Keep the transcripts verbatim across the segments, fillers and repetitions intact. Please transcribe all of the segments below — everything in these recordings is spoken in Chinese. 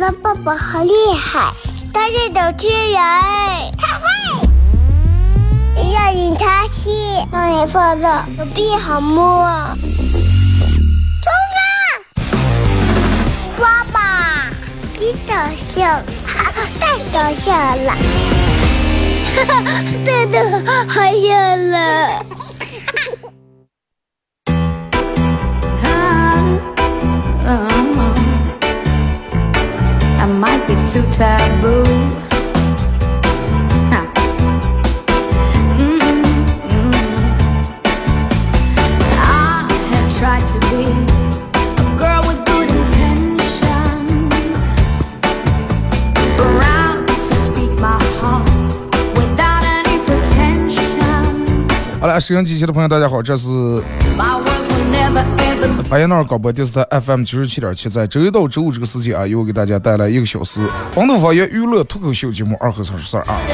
的爸爸好厉害，他是主持人，他会让你开心，让你放松，手臂好摸。出发，刷吧，你搞笑，太搞笑了，真的好笑了。 I might be too taboo. Huh. Mm-mm-mm. I have tried to be a girl with good intentions, proud to speak my heart without any pretensions. 好了，收音机前的朋友，大家好，这是 My words will never ever 白彦淖尔广播电视台 F M 九十七点七，在周一到周五这个时间啊，由我给大家带来一个小时广东方言娱乐脱口秀节目《二和三十四》啊。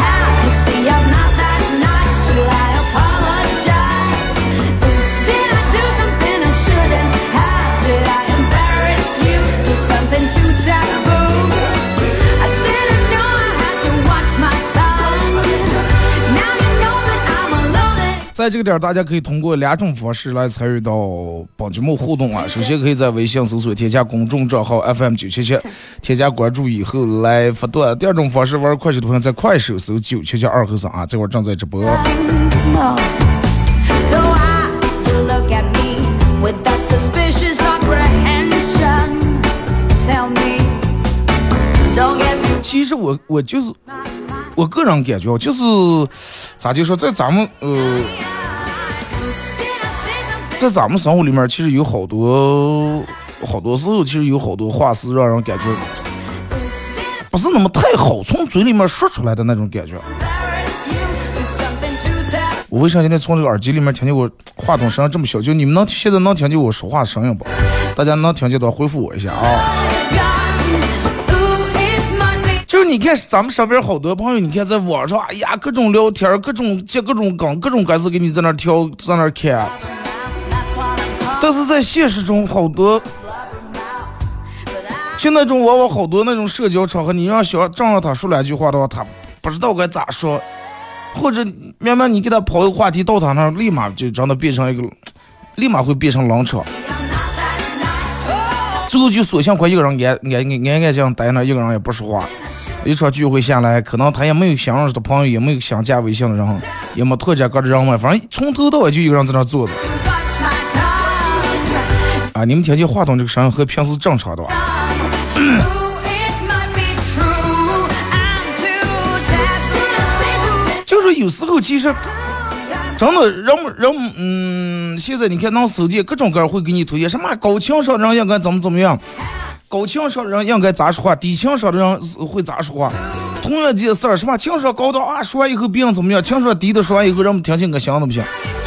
在这个点，大家可以通过两种方式来参与到本节目互动啊。首先可以在微信搜索添加公众账号 F M 九七七，添加关注以后来发段。第二种方式，玩快手的朋友在快手搜九七七二和尚啊，这会儿正在直播。其实我我就是我个人感觉就是咋就说，在咱们呃，在咱们生活里面，其实有好多好多时候，其实有好多话是让人感觉不是那么太好从嘴里面说出来的那种感觉。我为啥现在从这个耳机里面听见我话筒声音这么小？就你们能现在能听见我说话声音不？大家能听见的回复我一下啊。就是你看咱们身边好多朋友，你看在网上，哎呀，各种聊天，各种接各种梗，各种开始给你在那挑，在那看。但是在现实中，好多就那种往往好多那种社交场合，你让小正让他说两句话的话，他不知道该咋说，或者慢慢你给他抛个话题到他那儿，立马就真的变成一个，立马会变成冷场。最后就索性快一个人挨挨挨挨这样待那，一个人也不说话。一场聚会下来，可能他也没有想认识的朋友，也没有想加微信的人，也没拓展个人脉，反正从头到尾就一个人在那坐着。啊，你们听见话筒这个声音和平时正常的吧？就是有时候其实真的人人嗯，现在你看拿手机各种各样会给你推荐什么高情商的人应该怎么怎么样。高情商的人应该咋说话，低情商的人会咋说话。同样件事儿，什么情商高的啊，说完以后别人怎么样；情商低的说完以后，让我们听清个想的不行。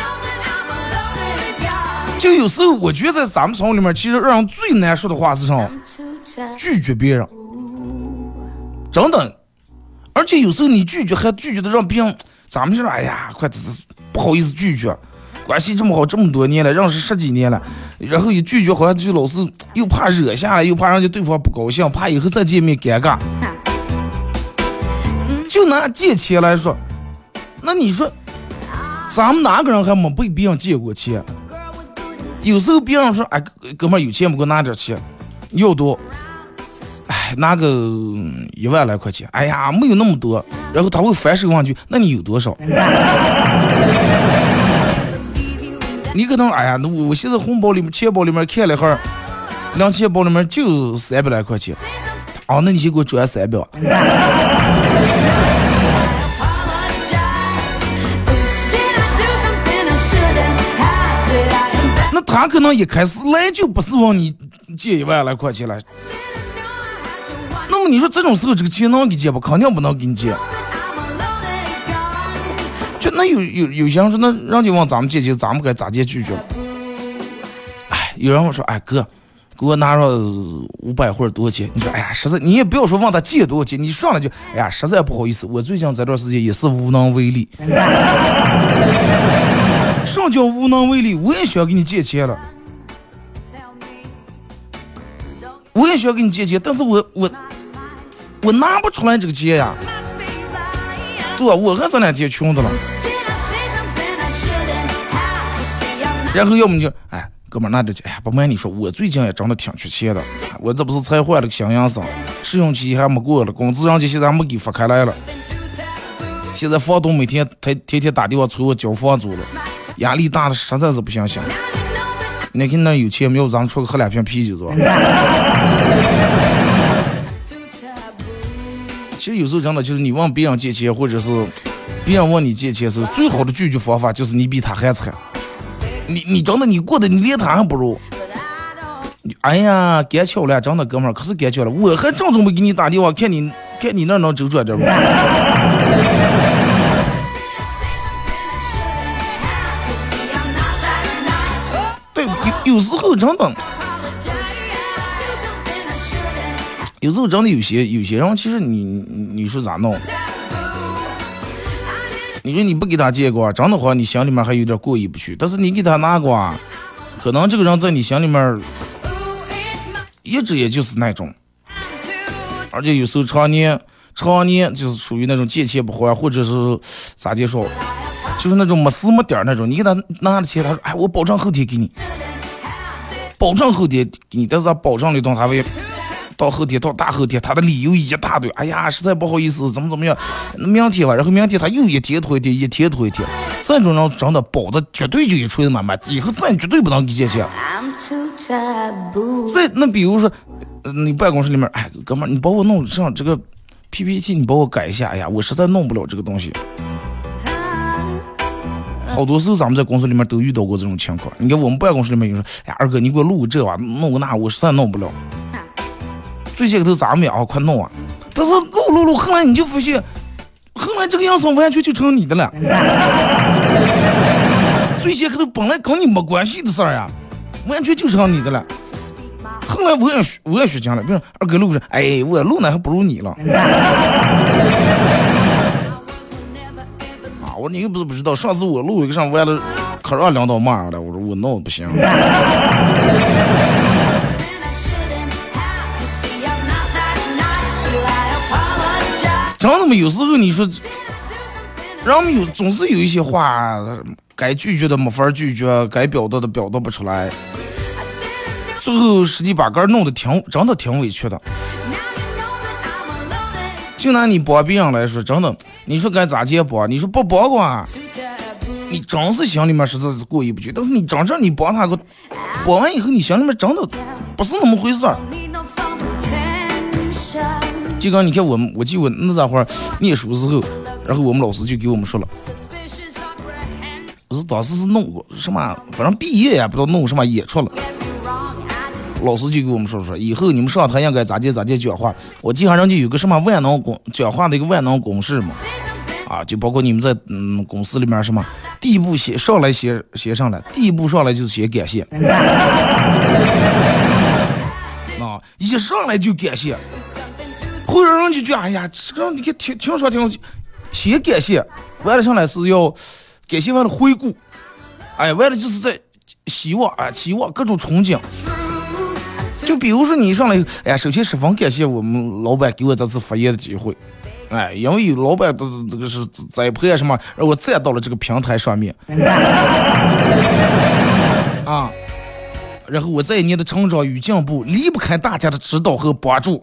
就有时候我觉得在咱们生活里面，其实让人最难说的话是什么？拒绝别人，真的。而且有时候你拒绝还拒绝的让别人，咱们说哎呀，快不好意思拒绝。关系这么好这么多年了，认识十几年了，然后一拒绝好像就老是又怕惹下来，又怕让对方不高兴，怕以后再见面尴尬。就拿借钱来说，那你说咱们哪个人还没被别人借过钱？有时候别人说哎哥们儿有钱不给我拿点钱，要多，哎拿个一万来块钱，哎呀没有那么多，然后他会反手问句那你有多少？你可能哎呀，我现在红包里面、钱包里面看了一会儿，两钱包里面就三百来块钱。哦，那你先给我转三百。那他可能一开始来就不是问你借一万来块钱来。那么你说这种时候这个钱能给借不？肯定不能给你借。就那有有有些人说，那让你往咱们借钱，咱们该咋借拒绝了？哎，有人会说，哎哥，给我拿上五百或者多少钱？你说，哎呀，实在你也不要说问他借多少钱，你上来就，哎呀，实在不好意思，我最近这段时间也是无能为力。上叫无能为力，我也想给你借钱了。 我也需要给你借钱，但是我我我拿不出来这个钱呀，对吧？我和咱俩借穷的了。然后要么就哎，哥们儿拿着钱，哎呀，不瞒你说，我最近也真的挺缺钱的，我这不是才换了个新阳伞，试用期还没过了，工资人家现在还没给发开来了。现在房东每天天天天打电话催我交房租了，压力大的实在是不想想。你看那有钱没有？咱们出去喝两瓶啤酒是吧？其实有时候真的就是你问别人借钱，或者是别人问你借钱的时候，最好的拒绝方法就是你比他还惨。你你真的你过得你连他还不如。哎呀，干巧了，真的哥们儿，可是干巧了，我还正准备给你打电话，看你看你那能周转点不？对，有有时候真的，有时候真的有些有些人，其实你你说咋弄？你说你不给他借过，真的话你心里面还有点过意不去，但是你给他拿过，可能这个人在你心里面一直也就是那种，而且有时候常年常年就是属于那种借钱不还，或者是咋介绍，就是那种没死没点那种。你给他拿了钱，他说哎我保证后天给你，保证后天给你，但是他保证里头他会到后天到大后天，他的理由一大堆，哎呀实在不好意思怎么怎么样，明天吧，然后明天他又一天拖一天，一天拖一天，这种人真的保的绝对就一锤子满满，以后咱绝对不能给借钱。再那比如说你办公室里面，哎哥们儿你帮我弄上这个 P P T， 你帮我改一下，哎呀我实在弄不了这个东西。好多时候咱们在公司里面都遇到过这种情况。你看我们办公室里面有说，哎呀二哥你给我录个这吧，弄个那，我实在弄不了。最先头咱们也啊快弄啊，但是录录录后来你就发现，后来这个样子完全就成你的了。最先头本来跟你没关系的事儿呀，完全就成你的了。后来我也我也学讲了，比如二哥录着，哎我录呢还不如你了。啊我说你又不是不知道，上次我录一个上歪了，可让两道骂了，我说我弄不行。真的嘛，有时候你说，人们有总是有一些话该拒绝的没法拒绝，该表达的表达不出来，最后实际把杆弄得挺真的挺委屈的。就拿你帮别人来说，真的，你说该咋接帮？你说不帮过，你真是心里面实在是过意不去。但是你真正你帮他个，帮完以后，你心里面真的不是那么回事儿。就刚你看我们，我记得我那咋会儿念书时候，然后我们老师就给我们说了，我是当时是弄过什么，反正毕业也不知道弄什么演出了。老师就给我们说说，以后你们上台应该咋接咋接讲话。我记上人家有个什么万能公讲话的一个万能公式嘛，啊，就包括你们在嗯公司里面什么，第一步写上来写写上来，第一步上来就是写感谢，啊，一上来就感谢。会让人就觉得哎呀，这个你看听听说听写感谢，完了上来是要感谢完了回顾，哎，完了就是在希望啊期望各种憧憬。就比如说你上来，哎呀，首先十分感谢我们老板给我这次发言的机会，哎，因为有老板的这个是栽培啊什么，让我站到了这个平台上面，啊。然后我这一年的成长与进步离不开大家的指导和帮助。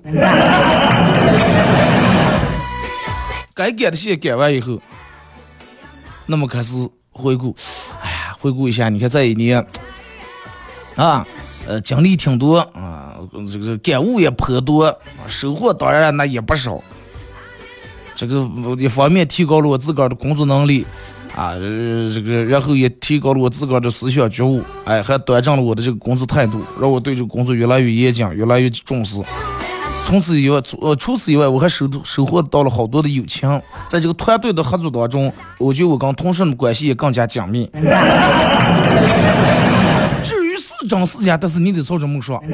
该改的谢改完以后，那么开始回顾，哎呀，回顾一下，你看这一年啊，呃，经历挺多啊，这个感悟也颇多，收获当然那也不少。这个一方面提高了我自个儿的工作能力。啊，这个然后也提高了我自个儿的思想觉悟，哎，还端正了我的这个工作态度，让我对这个工作越来越严谨，越来越重视。从此以外，呃，除此以外，我还收收获到了好多的友情，在这个团队的合作当中，我觉得我跟同事们关系也更加紧密。至于是真是假，但是你得照这么说。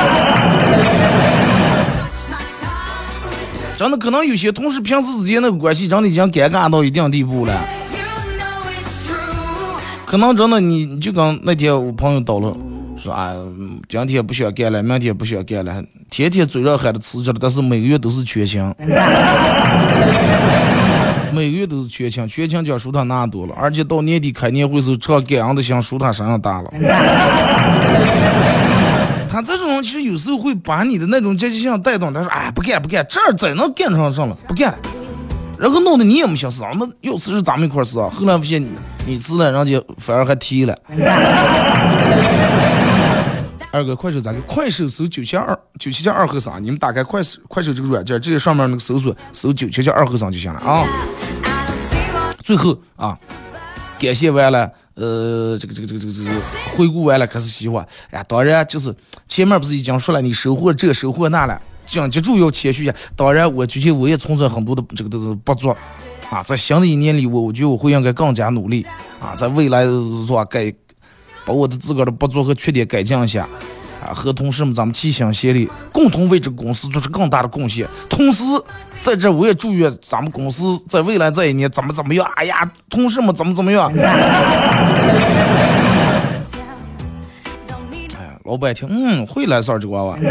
真的，可能有些同事平时之间那个关系，真的已经尴尬到一定地步了。可能真的你，你就刚那天我朋友到了， 说啊，今天不想干了，明天不想干了，天天嘴上喊着辞职了，但是每个月都是全勤，每个月都是全勤，全勤奖属他拿多了，而且到年底开年会时候，唱感恩的心属他身上大了。他这种人其实有时候会把你的那种积极性带动，他说哎不干了不干了，这儿怎能干上上了，不干了。然后弄得你也没想死啊，那又是咱们一块儿死啊。后来发现你你死了，人家反而还提了。二哥，快手咋个？快手搜九七二九七七二后三，你们打开快手快手这个软件，这上面那个搜索搜九七七二后三就行了啊。最后啊，感谢完了，呃，这个这个这个这个这个回顾完了，开始喜欢。哎呀，当然就是前面不是已经说了，你收获这收获那了。讲记住要谦虚一下，当然我觉得我也存在很多的这个的不足啊，在新的一年里我我觉得我会应该更加努力啊，在未来是吧改把我的自个儿的不足和缺点改进一下啊，和同事们咱们齐心协力，共同为这个公司做出更大的贡献。同时在这我也祝愿咱们公司在未来这一年怎么怎么样，哎呀同事们怎么怎么样。老板一听，嗯，会来事儿这个娃娃。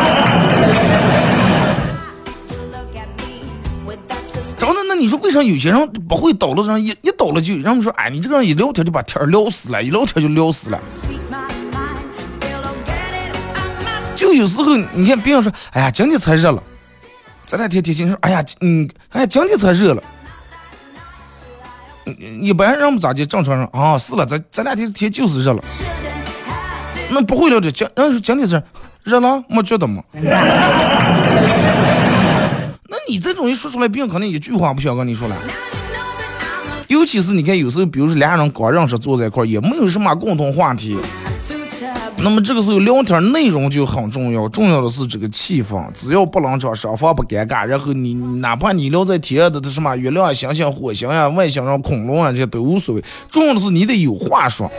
真的，那你说为啥有些人不会抖了，人一一抖了就，人们说，哎，你这个人一聊天就把天聊死了，一聊天就聊死了。就有时候你看别人说，哎呀，今天才热了，咱俩天天天说，哎呀，嗯，哎呀，今天才热了。一般人们咋就正常人啊？是了，咱咱俩天天就是热了。那不会聊这讲，人说讲的是热了，没觉得吗？那你这种一说出来，别人可能一句话不想跟你说了。尤其是你看，有时候比如说俩人刚认识坐在一块儿，也没有什么共同话题，那么这个时候聊天内容就很重要，重要的是这个气氛，只要不冷场，双方不尴尬，然后你哪怕你聊在天的什么月亮、星星、火星呀、外星人、恐龙啊，这些都无所谓，重要的是你得有话说。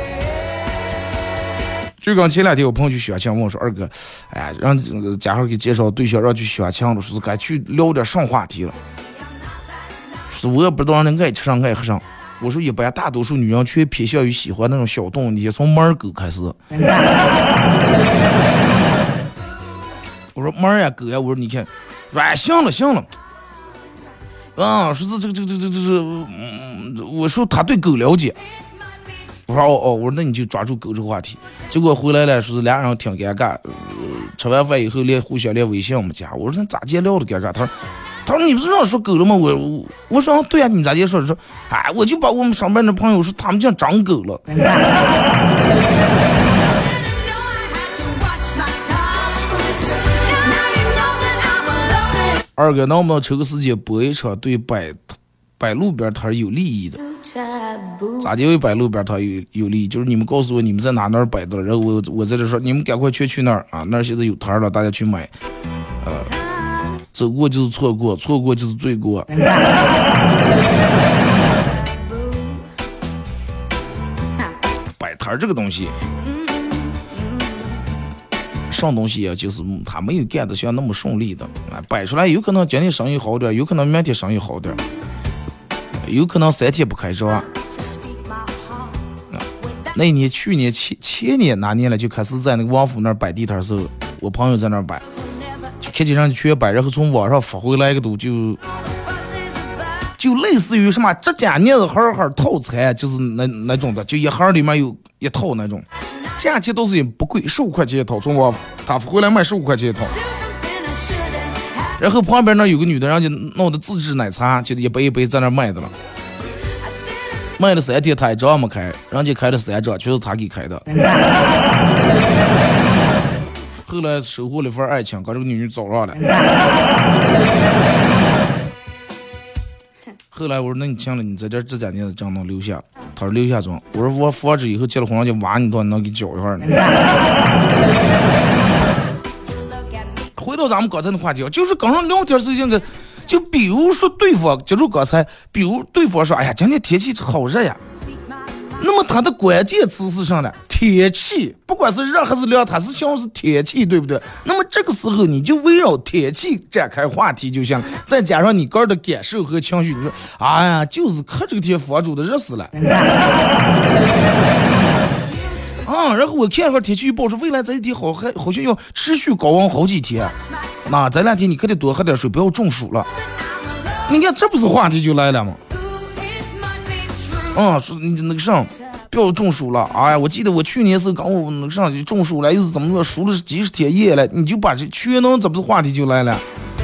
就刚前两天我朋友去相亲，问我说：“二哥，哎呀，让这个家伙给介绍对象，让去相亲了，说是该去聊点上话题了。是我也不知道人爱吃上爱喝上。我说一般大多数女人却偏向于喜欢那种小动物，你先从猫狗开始。我说猫呀狗呀，我说你看，说哎行了行了，啊，说是这个这个这个这个这个，嗯，我说他对狗了解。”我说哦哦，我说那你就抓住狗这个话题。结果回来了，说是俩人挺尴尬。呃、吃完饭以后连互相连微信我们加。我说那咋接聊的尴尬？他说他说你不是让说狗了吗？我我我说对呀、啊，你咋接说？说哎，我就把我们上班的朋友说他们像长狗了。二哥，能不能抽个时间播一场对摆摆路边摊有利益的？咋就会摆路边摊有有利益？就是你们告诉我你们在哪哪儿摆的，然后我我在这说你们赶快去去那儿啊，那儿现在有摊了，大家去买。呃，走过就是错过，错过就是罪过。摆摊这个东西，上东西啊，就是他没有干的像那么顺利的啊，摆出来有可能今天生意好点，有可能明天生意好点。有可能三天不开张、啊。那一年、去年、前前年哪年了，就开始在那个王府那儿摆地摊的时候，我朋友在那儿摆，就看见人全摆，然后从网上发回来一个都就就类似于什么这家镊子盒盒套餐，就是那那种的，就一盒里面有一套那种，价钱都是也不贵，十五块钱一套，从王府他回来卖十五块钱一套。然后旁边那有个女的，人家弄的自制奶茶，就一杯一杯在那卖的了。卖了三天，他一张没开，人家开了三张，全是他给开的。后来收获了份爱情，跟这个女人走上了。后来我说：“那你行了，你在这这家店真能留下。”他说：“留下中。”我说：“我防止以后结了婚就挖你到你能给搅一会儿呢。”回到咱们刚才的话题，就是刚上聊天时间个，就比如说对方，就如刚才，比如对方说，哎呀，今天天气好热呀，那么它的关键词是上的天气，不管是热还是凉，它是像是天气，对不对？那么这个时候你就围绕天气展开话题就行了，再加上你个人的感受和情绪，你说，哎呀，就是看这个天房主的热死了。啊， 然后我看个天气预报说未来这一天好还好像要持续高温好几天，那这两天你可得多喝点水，不要中暑了。你看这不是话题就来了吗？啊、嗯，说你那个上不要中暑了。哎呀，我记得我去年是刚我那个上就中暑了，又是怎么着数了几十天夜了，你就把这全能这不是话题就来了。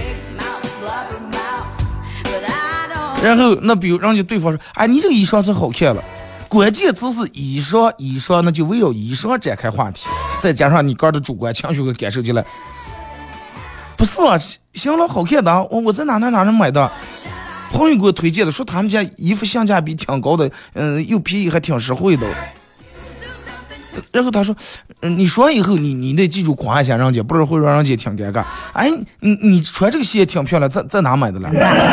然后那比如人家对方说，哎，你这个衣裳是好看了。关键词是衣裳，衣裳那就围绕衣裳展开话题，再加上你个人的主观情绪和感受进来。不是啊，行了，好看的啊，我我在哪哪哪哪买的，朋友给我推荐的，说他们家衣服性价比挺高的，嗯，又便宜还挺实惠的。然后他说，嗯，你说完以后，你你得记住夸一下人家，不然会让人家挺尴尬。哎，你你穿这个鞋挺漂亮，在在哪买的了？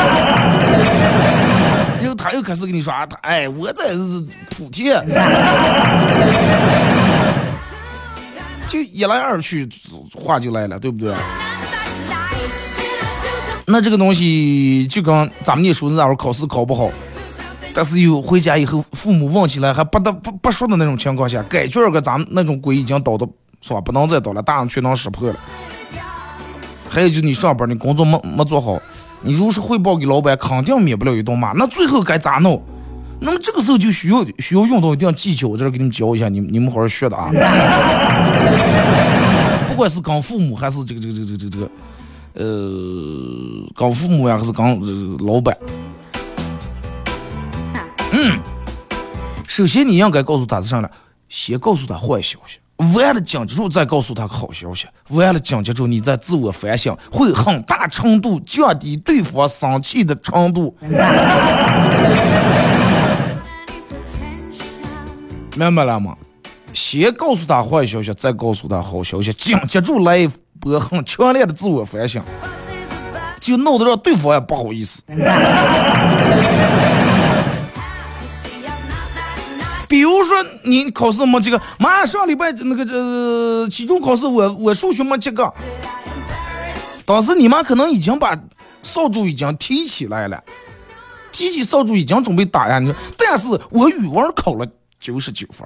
然后他又开始跟你说啊，他哎，我在莆田，就一来二去话就来了，对不对？那这个东西就跟咱们念书那会儿考试考不好，但是有回家以后父母问起来还不得不不说的那种情况下，改卷个咱们那种鬼已经倒的是吧？不能再倒了，大人全能识破了。还有就是你上班你工作没没做好，你如是汇报给老板，肯定免不了一顿骂。那最后该咋弄？那么这个时候就需要需要用到一定技巧，我这儿给你们教一下，你们你们好好学的啊。不管是跟父母还是这个这个这个这个这个这个呃，跟父母呀还是跟、呃、老板，嗯，首先你应该告诉他是啥呢？先告诉他坏消息。完了讲之后再告诉他个好消息，完了讲之后你再自我反省，会很大程度降低对方生气的程度。明白了吗？先告诉他坏消息，再告诉他好消息，紧接着来一波很强烈的自我反省，就弄得让对方也不好意思。比如说你考试没及格，妈上礼拜那个呃期中考试我我数学没及格，当时你妈可能已经把扫帚已经提起来了，提起扫帚已经准备打呀你，但是我语文考了九十九分，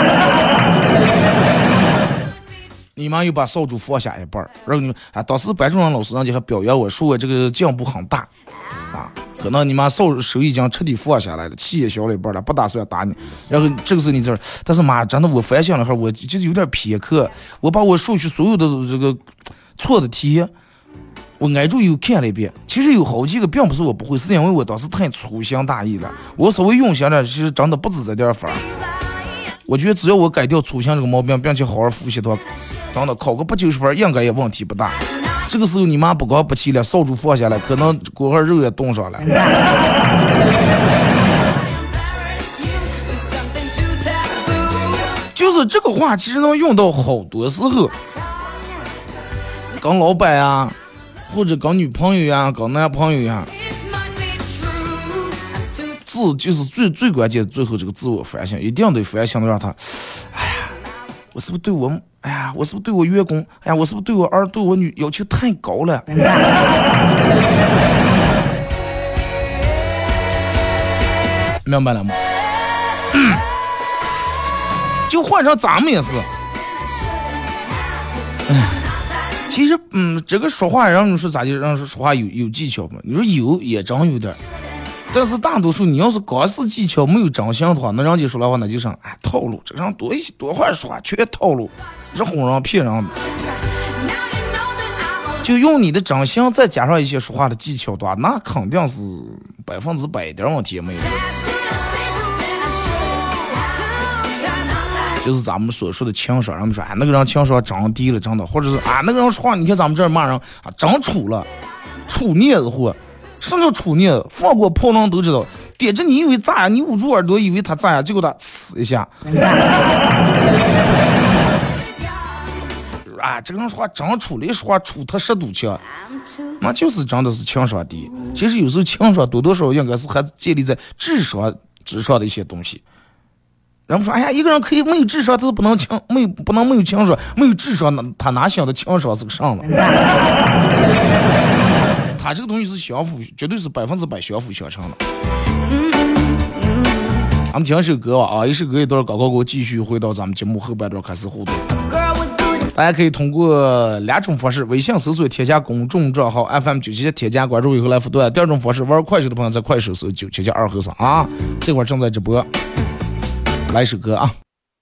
你妈又把扫帚放下一半，然后你啊，当时班主任老师人家还表扬我说我这个进步很大啊。可能你妈手手已经彻底放下来了，气也消了一半了，不打算打你。然后这个时候你这，但是妈，真的我反省了会，我就是有点偏科，我把我数学所有的这个错的题，我挨住又看了一遍。其实有好几个并不是我不会，是因为我当时太粗心大意了。我稍微用心点，其实真的不止这点分。我觉得只要我改掉粗心这个毛病，并且好好复习的话，真的考个八九十分应该也问题不大。这个时候你妈不光不气了，扫帚放下来，可能锅块肉也冻上了。就是这个话其实能用到好多时候，跟老板呀，或者跟女朋友呀，跟男朋友呀，自就是最最关键的最后这个自我反省，一定得反省的让他，哎呀，我是不是对我哎呀，我是不是对我员工？哎呀，我是不是对我儿、对我女要求太高了？明白了吗？嗯、就换成咱们也是。哎，其实，嗯，这个说话让你说咋就让说话有有技巧嘛？你说有也真有点。但是大多数你要是光是技巧没有长相的话，那人家说的话那就是哎套路，这上多多话说话全套路，是哄人骗人的。就用你的长相再加上一些说话的技巧的话，那肯定是百分之百一点问题也没有。就是咱们所说的情商，人们说哎那个人情商长低了，真的，或者是啊那个人说话，你看咱们这儿骂人啊长处了，处孽子货。什么叫处孽？放过炮仗都知道，点着你以为咋呀？你捂住耳朵以为他咋呀？结果他呲一下。啊，这个人说话长处了，说话处他十堵枪，那就是真的是情商低。其实有时候情商多多少少应该是还建立在智商之上的一些东西。人们说，哎呀，一个人可以没有智商，他是不能情没有不能没有情商，没有智商，他哪想的情商是个上了？他这个东西是相辅，绝对是百分之百相辅相成的。 咱们听一首歌啊，一首歌一段广告给我继续回到咱们节目后半段开始互动。大家可以通过两种方式：微信搜索添加公众账号 F M 九七七，添加关注以后来互动；第二种方式，玩快手的朋友在快手搜九七七二和尚啊，这会儿正在直播。来一首歌啊。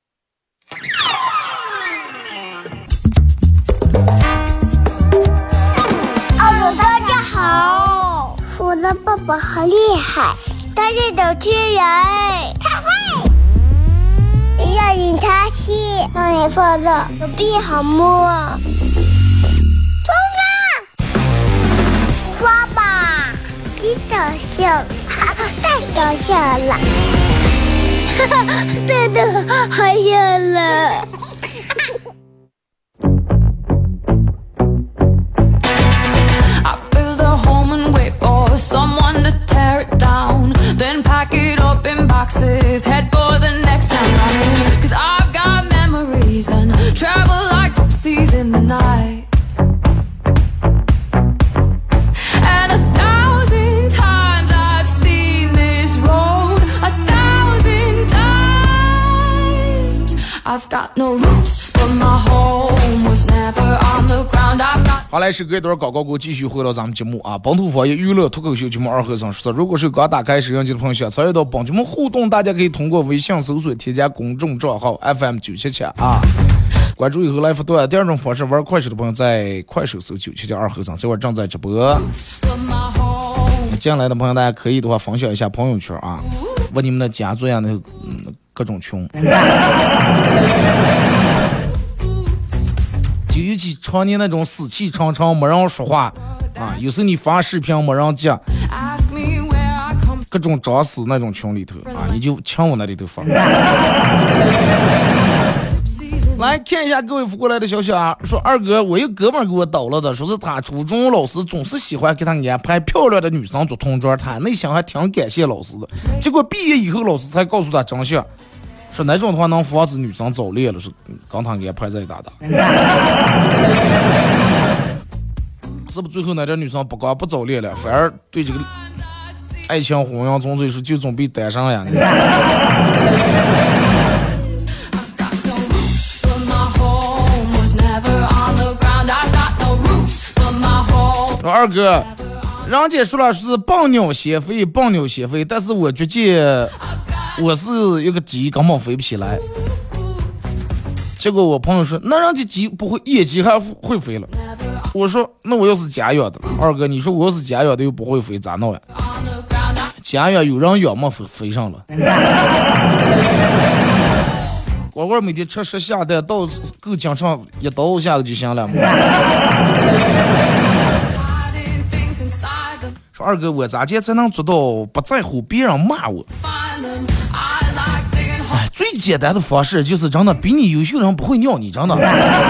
哦，大家好，我的爸爸好厉害，他是小天员，他会让你擦戏，让你放乐，手臂好摸。冲啊！刷吧，你搞笑，哈哈，太搞笑了，哈哈，真的好笑了。 I build a home and wait for someone to tear it down, then pack it up in boxes, head for the next town running. Cause I've got memories and travel like gypsies in the night. And a thousand times I've seen this road, a thousand times. I've got no roots, but my home was never on the ground. I've got 好，来是隔一段广告，给我继续回到咱们节目啊！本土方言娱乐脱口秀节目二和尚说，如果是刚打开摄像机的朋友，想参与到本节目互动，大家可以通过微信搜索添加公众账号 F M 九七七啊，关注以后来互动。第二种方式，玩快手的朋友在快手搜九七七二和尚，这会儿正在直播。进来的朋友，大家可以的话分享一下朋友圈啊，问你们的家族样的嗯各种群。就尤其常年那种死气沉沉没人说话啊，有时候你发视频没人接，各种找死那种群里头啊，你就抢我那里头发。来看一下各位发过来的消息啊，说二哥，我一哥们儿给我捣了的，说是他初中老师总是喜欢给他安排漂亮的女生做同桌，他内心还挺感谢老师的，结果毕业以后老师才告诉他真相。说哪种的话能防止女生早恋了？是刚他给拍在打打，是不是最后那点女生不光不早恋了，反而对这个爱情婚姻总嘴是就准备单身呀？二哥，人家说了是棒鸟先飞，棒鸟先飞，但是我觉得。我是一个鸡，根本飞不起来。结果我朋友说，那人家鸡不会，野鸡还会飞了。我说，那我要是家养的，二哥，你说我要是家养的又不会飞，咋弄呀？家养有人养嘛，飞飞上了。乖乖每天吃吃下蛋，到够经常一刀下去就行了嘛。说二哥，我咋接才能做到不在乎别人骂我？哎，最简单的方式就是真的，比你优秀的人不会尿你，真的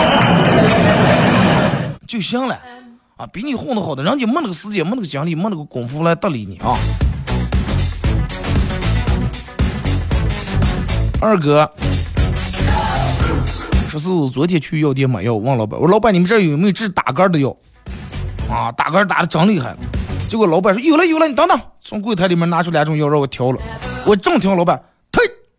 就行了啊！比你混得好的，人家没那个时间，没那个精力，没那个功夫来搭理你啊！二哥说是昨天去药店买药，问老板，我说老板你们这有没有治打嗝的药啊？打嗝打的真厉害。结果老板说有了有了，你等等，从柜台里面拿出两种药让我挑了，我正挑，老板退，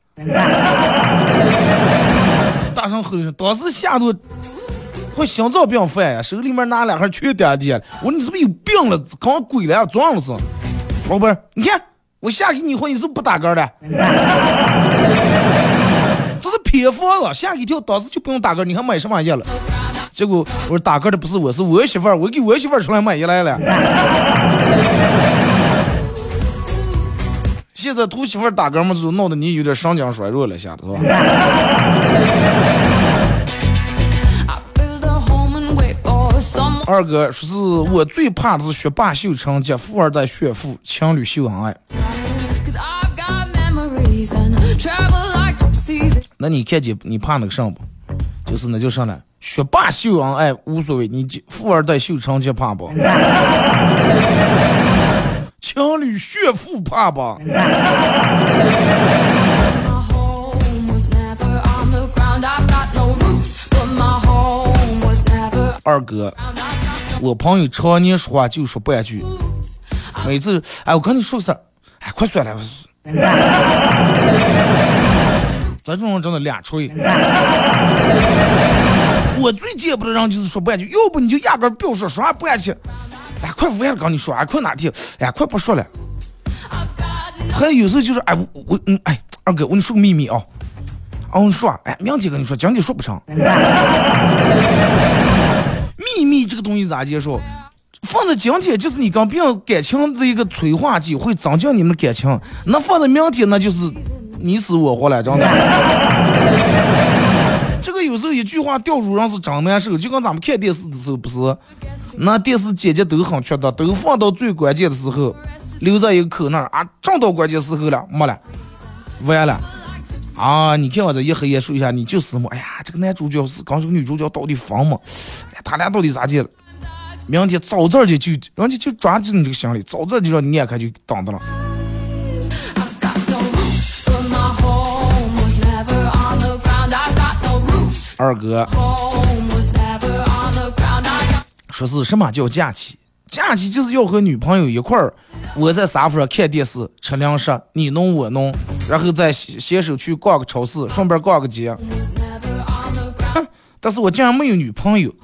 大声吼一声，当时吓得快心脏病犯呀，手里面拿两盒全点地，我说你是不是有病了？刚鬼了撞了是？老板，你看我下给你回，你是不是不打嗝的？这是偏方了，吓一跳，当时就不用打嗝，你还买什么药了？结果我说打嗝的不是我，是我媳妇儿，我给我媳妇儿出来买药来了。现在图媳妇儿打嗝嘛，就闹得你有点神经衰弱了，下的是吧？二哥说是我最怕的是学霸秀成绩，富二代炫富，情侣秀恩爱。那你看见你怕那个上不？就是那就上来。学霸秀恩爱无所谓，你富二代秀成绩怕不？情侣炫富怕吧？二哥，我朋友常年说话就说半句，每次哎，我跟你说个事儿，哎，快算了， 咱这种人真的俩吹。我最见不得人就是说不爱去，要不你就压根别说，说话不爱去。哎，快服了，跟你说，哎，快哪天，哎呀，快不说了。还有时候就是，哎，我我嗯，哎，二哥，我跟你说个秘密啊、哦，啊，我跟你说，哎，明天跟你说，今天说不成。秘密这个东西咋接受？放在今天就是你跟别人感情的一个催化剂，会增进你们的感情。那放在明天，那就是你死我活了，真的。这个有时候一句话吊住人是真难受，就跟咱们看电视的时候不是，那电视姐姐都很缺德，都放到最关键的时候，留在一个口那儿啊，正到关键时候了，没了，完了。啊！你看我这一黑夜睡下，你就是么？哎呀，这个男主角是刚这个女主角到底疯吗？哎呀，他俩到底咋地了？明天早早就就，人家就抓住你这个心理，早早就让你眼看就等着了。二哥说是什么叫假期？假期就是要和女朋友一块儿，我在沙发上看电视吃零食，你弄我弄，然后再携手去逛个超市，顺便逛个街。哼，但是我竟然没有女朋友。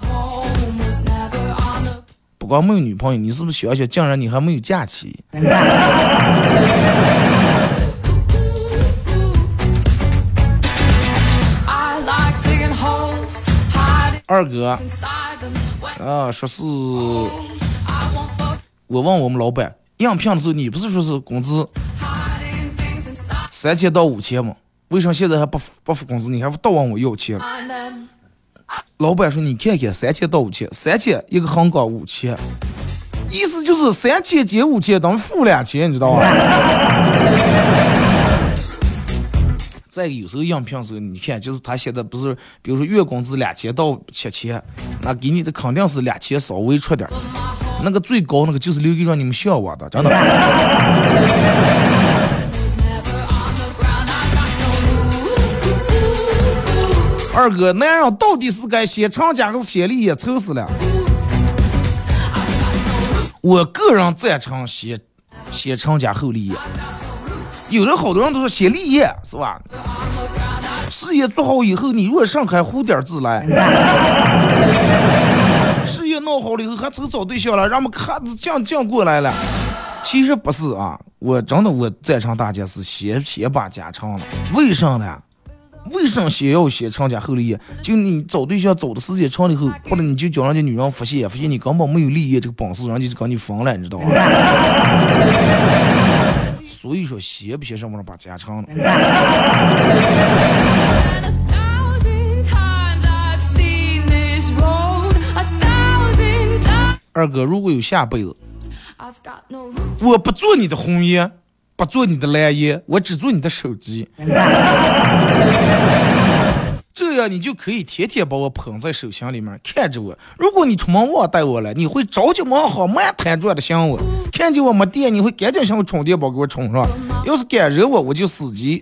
不光没有女朋友，你是不是想想，竟然你还没有假期？二哥啊，说是我问我们老板应聘的时候，你不是说是工资三千到五千吗？为什么现在还不不付工资？你还倒问我要钱？老板说你看看三千到五千，三千一个横岗五千，意思就是三千减五千等于负两千，你知道吗？再有时候应聘的时候，你看就是他写的不是，比如说月工资两千到七千，那给你的肯定是两千稍微出点，那个最高那个就是留给让你们向往的，真的。二哥，男人到底是该先成家还是先立业？愁死了。我个人赞成先先成家后立业。有的好多人都说先立业是吧？事业做好以后，你若上开糊点自来。事业弄好了以后，还愁找对象了，让我们看降降过来了。其实不是啊，我真的我赞成大家是先先把家成了。为什么呢？为什么先要先成家后立业？就你找对象找的时间长了以后，或者你就叫人家女人发现，发现你根本没有立业这个本事，人家就跟你疯了，你知道吗？所以说，先不先上不把家成了。二哥，如果有下辈子，我不做你的红颜，不做你的蓝颜，我只做你的手机。这样你就可以天天把我捧在手心里面看着我。如果你出门忘带我了，你会着急忙好慢摊转的想我，看见我没电，你会赶紧想个充电宝给我充上。要是敢惹我，我就死机。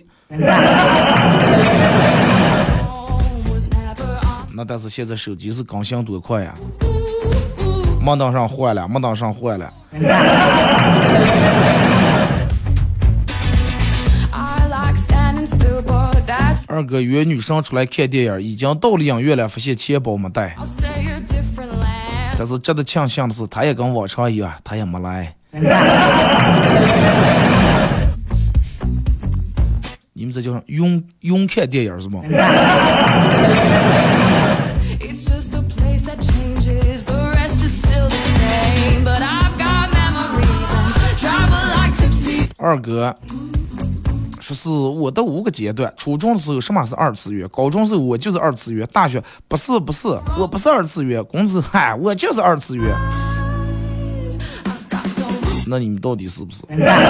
那但是现在手机是更新多快呀，没当上坏了，没当上坏了。二哥约女生出来看电影，已经到了影院了，发现钱包没带。但是值得庆幸的是，他也跟往常一样，他也没来。你们这叫用用看电影是吗？二哥说是我的五个阶段，初中的时候什么是二次元，高中的时候我就是二次元，大学不是不是我不是二次元，工资嗨我就是二次元。那你们到底是不是？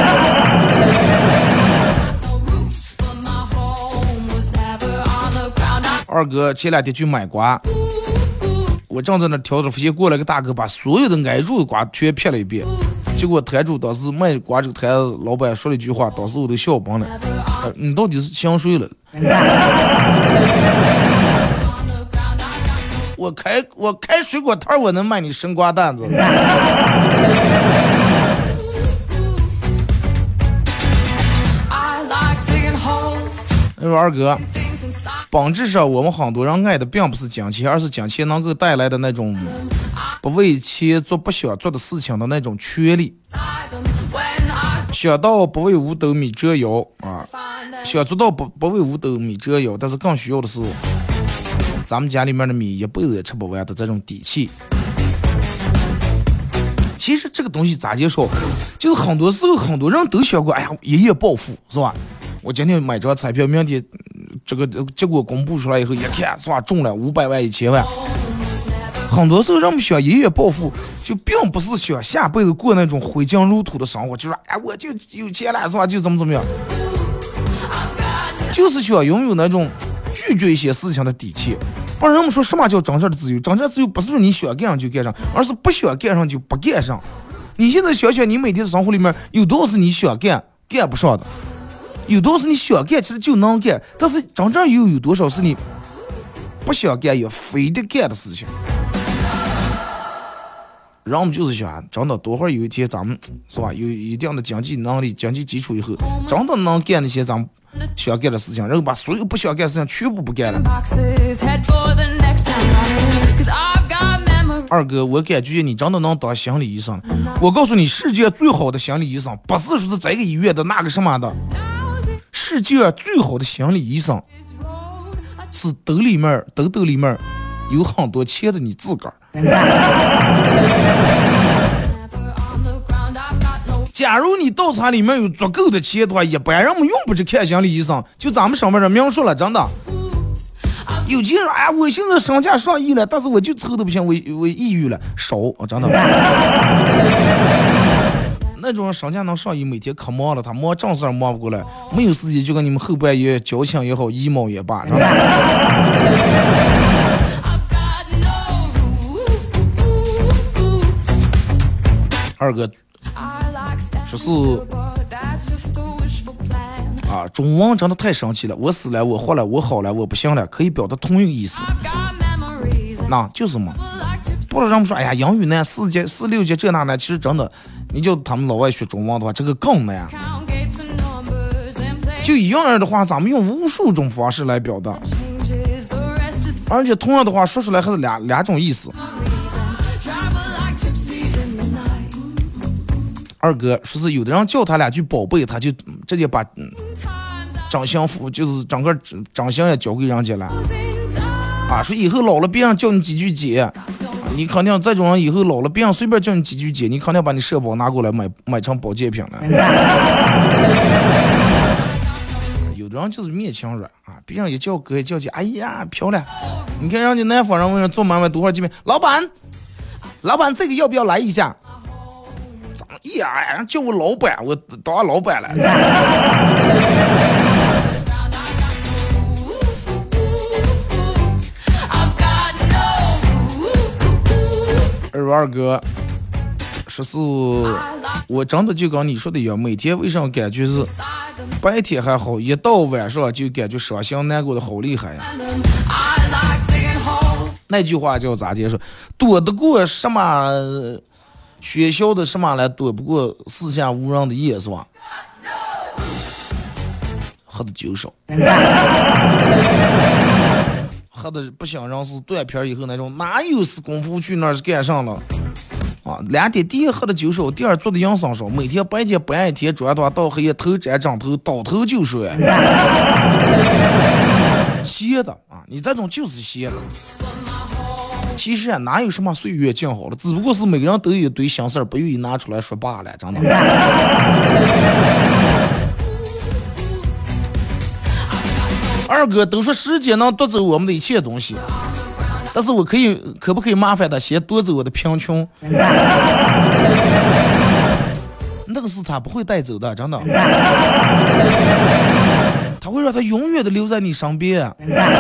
二哥前两天去买瓜，我正在那挑着，发现过来个大哥把所有的挨住的瓜全撇了一遍。结果摊主当时卖瓜这个摊老板说了一句话，当时我都笑崩了、呃、你到底是想谁了？我开我开水果摊我能卖你生瓜蛋子。 说二哥，本质上我们很多人爱的并不是金钱，而是金钱能够带来的那种不为钱做不想做的事情的那种权利。想到不为五斗米折腰啊，想做到不不为五斗米折腰，但是更需要的是咱们家里面的米一辈子也吃不完的这种底气。其实这个东西咋接受，就是很多时候很多人都想过，哎呀，一夜暴富是吧？我今天买张彩票，明天这个结果公布出来以后，一看是吧，中了五百万、一千万。很多时候人们想一夜暴富，就并不是想下辈子过那种挥金如土的生活，就说哎，我就有钱了是吧？就怎么怎么样，就是想拥有那种拒绝一些事情的底气。不然人们说什么叫真正的自由？真正的自由不是说你想干上就干上，而是不想干上就不干上。你现在想想，你每天的生活里面有多少是你想干干不上的，有多少是你想干其实就能干，但是真正又有多少是你不想干也非得干的事情。然后我们就是想，真的多会儿有一天咱们是吧，有一定的经济能力、经济基础以后，真的能干那些咱们想干的事情，然后把所有不想干的事情全部不干了。二哥，我感觉你真的能当心理医生。我告诉你，世界最好的心理医生不是说是这个医院的那个什么的，世界最好的心理医生是兜里面兜兜里面有很多钱的你自个儿。假如你道场里面有足够的钱的话，一般人们用不着看心理医生。就咱们上面人描述了，真的有钱人，哎，我现在身价上亿了，但是我就抽的不行，我我抑郁了，少，真的。那种身价能上亿，每天可忙了，他忙正事忙不过来，没有时间就跟你们后半夜交情也好，衣帽也罢，真的。二哥说是啊，中文真的太神奇了。我死了，我活了，我好了，我不行了，可以表达同一个意思。那就是嘛。不然人们说，哎呀，英语难，四节四六节这那难，其实真的，你就他们老外学中文的话，这个更难。就一样的话，咱们用无数种方式来表达，而且同样的话说出来还是俩两种意思。二哥说是有的人叫他两句宝贝，他就直接把嗯长相服就是整个长相也交给人家了啊，说以后老了别人叫你几句姐，你肯定这种人以后老了别人随便叫你几句姐，你肯定把你社保拿过来买买成保健品了。有的人就是面腔软啊，别人一叫哥一叫姐，哎呀漂亮。你看人家南方人问人做买卖多少几遍，老板老板这个要不要来一下？哎呀，叫我老板，我当老板了。二二哥说是，我真的就跟你说的一样，每天为什么感觉是白天还好，一到晚上就感觉伤心难过的好厉害呀。那句话叫咋接说？躲得过什么学校的什么来，躲不过四下无人的夜，是吧？喝的酒少，喝的不想让是断片以后那种，哪有是功夫去那儿是干上了啊？两点第一喝的酒少，第二做的养生少，每天白天不按一天转的话，到黑夜头沾枕头，倒头就睡。歇的啊，你这种就是歇的。其实啊，哪有什么岁月静好了，只不过是每个人都有一堆心事儿，不愿意拿出来说罢了，真的。二哥都说时间能夺走我们的一切东西，但是我可以可不可以麻烦他先夺走我的贫穷？那个是他不会带走的，真的。他会让他永远的留在你身边。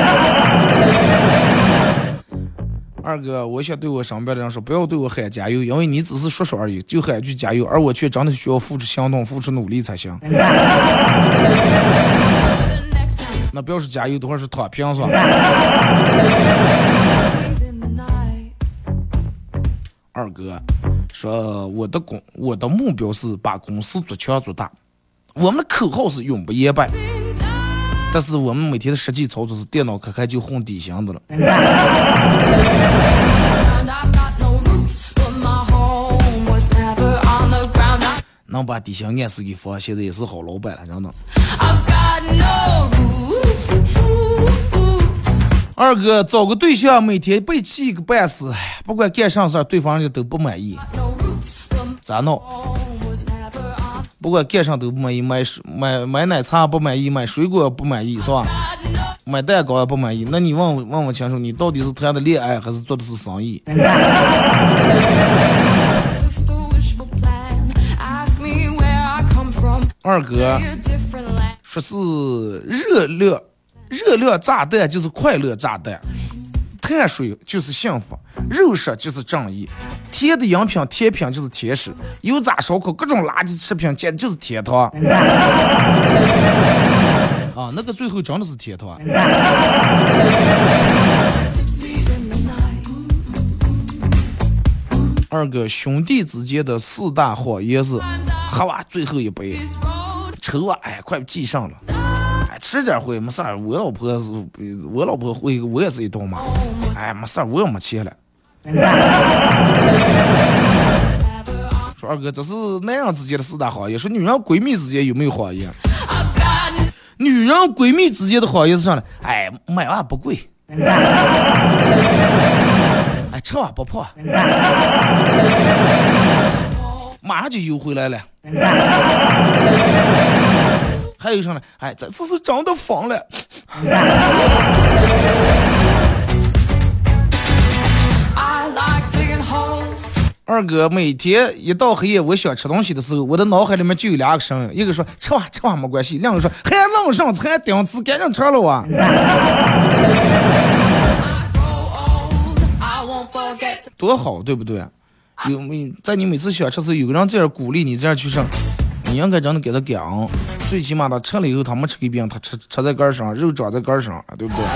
二哥，我想对我身边的人说，不要对我喊加油，因为你只是说说而已，就喊句加油，而我却真的需要付出行动、付出努力才行。那不要是加油，等会儿是躺平是吧？二哥说，我的公我的目标是把公司做强做大，我们的口号是永不言败。 但是我们每天的实际操作是电脑开开就混底薪的了。能把底薪按时给发，现在也是好老板了，真的。二哥找个对象，每天被气个半死，不管干啥事儿，对方就都不满意，咋弄？不管干啥都不满意，买买买奶茶不满意，买水果不满意，是吧？买蛋糕也不满意，那你问我问我清楚，你到底是谈的恋爱还是做的是生意？二哥说是热量热量炸弹就是快乐炸弹，碳水就是幸福，肉食就是正义，甜的饮品甜品就是甜食，油炸烧烤各种垃圾食品简直就是甜汤啊！那个最后真的是甜汤。二个兄弟之间的四大谎言是：喝完最后一杯，抽啊，哎，快记上了，哎，吃点会没事儿，我老婆是，我老婆会，我也是一顿嘛，哎，没事儿，我也没钱了。说二哥，这是男人之间的四大谎言。说女人闺蜜之间有没有谎言？女人闺蜜之间的谎言是啥呢？哎，买袜不贵。哎，吃完不破，马上就邮回来了。还有啥呢？哎，这次是真的疯了。二哥，每天一到黑夜，我想吃东西的时候，我的脑海里面就有两个声音，一个说吃完吃完没关系，另一个说还冷上还顶吃，赶紧吃了啊。多好，对不对？有没在你每次想吃时，有个人这样鼓励你，这样去上，你应该真的给他讲，最起码他吃了以后，他没吃一遍，他吃吃在杆上，肉长在杆上，对不对？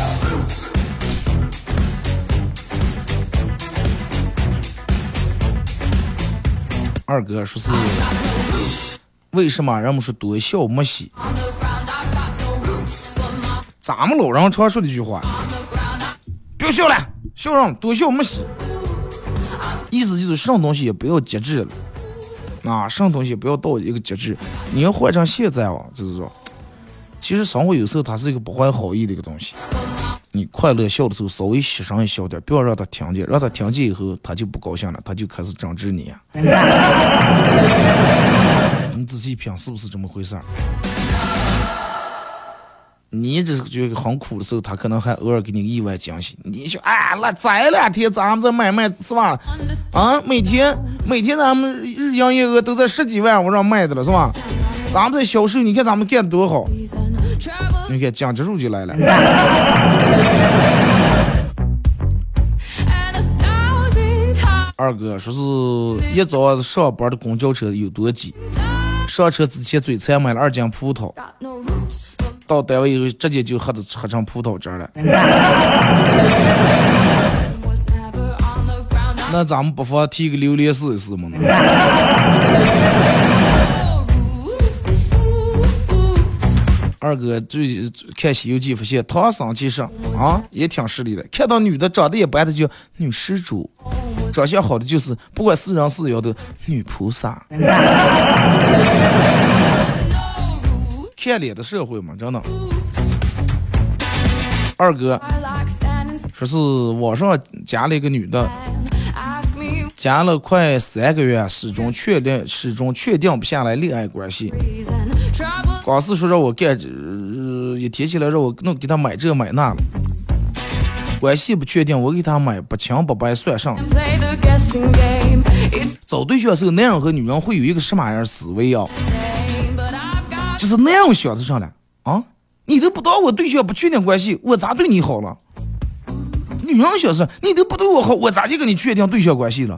二哥说是为什么人们说多笑没喜？咱们老人常说的一句话，别笑了，笑容多笑没喜。意思就是上东西也不要节制了，啊，上东西也不要到一个节制。你要换成现在哦，就是说，其实生活有时候它是一个不怀好意的一个东西。你快乐笑的时候，稍微牺牲一小点，不要让他听见，让他听见以后，他就不高兴了，他就开始整治你啊。你仔细品，是不是这么回事儿？你这觉得很苦的时候，他可能还偶尔给你意外惊喜。你说，哎，那再两天咱们这买卖是吧？啊，每天每天咱们日营业额都在十几万我让卖的了是吧？咱们的销售，你看咱们干的多好。你看蒋直树就来了。二哥说是一早上班的公交车有多挤，上车之前嘴馋买了二斤葡萄，到单位以后直接就喝的喝成葡萄汁了。那咱们不妨提个榴莲试一试吗？二哥最看《西游记》发现唐僧其实啊也挺势利的，看到女的长得一般的就女施主，长相好的就是不管是人是妖的女菩萨。看脸的社会嘛，真的。二哥说是网上加了一个女的，加了快三个月，始终确定始终确定不下来恋爱关系。光是说让我干，呃，也提起来让我弄给他买这买那了，关系不确定，我给他买不清不白算上。找对象的时候，男人和女人会有一个什么样的思维啊？就是那样想着上来啊，你都不当我对象不确定关系，我咋对你好了？女人想是，你都不对我好，我咋就跟你确定对象关系了？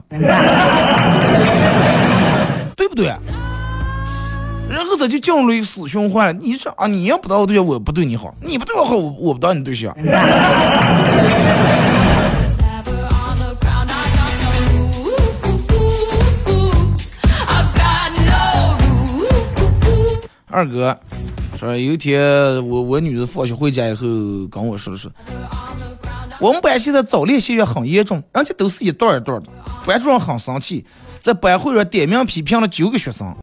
对不对？然后这就进入了一个死循环。你说啊，你要不当我对象，我不对你好；你不对我好，我我不当你对象。二哥说有一天我我女儿放学回家以后跟我说的是，我们班现在早恋现象很严重，人家都是一段一段的，班主任很生气，在班会上点名批评了九个学生，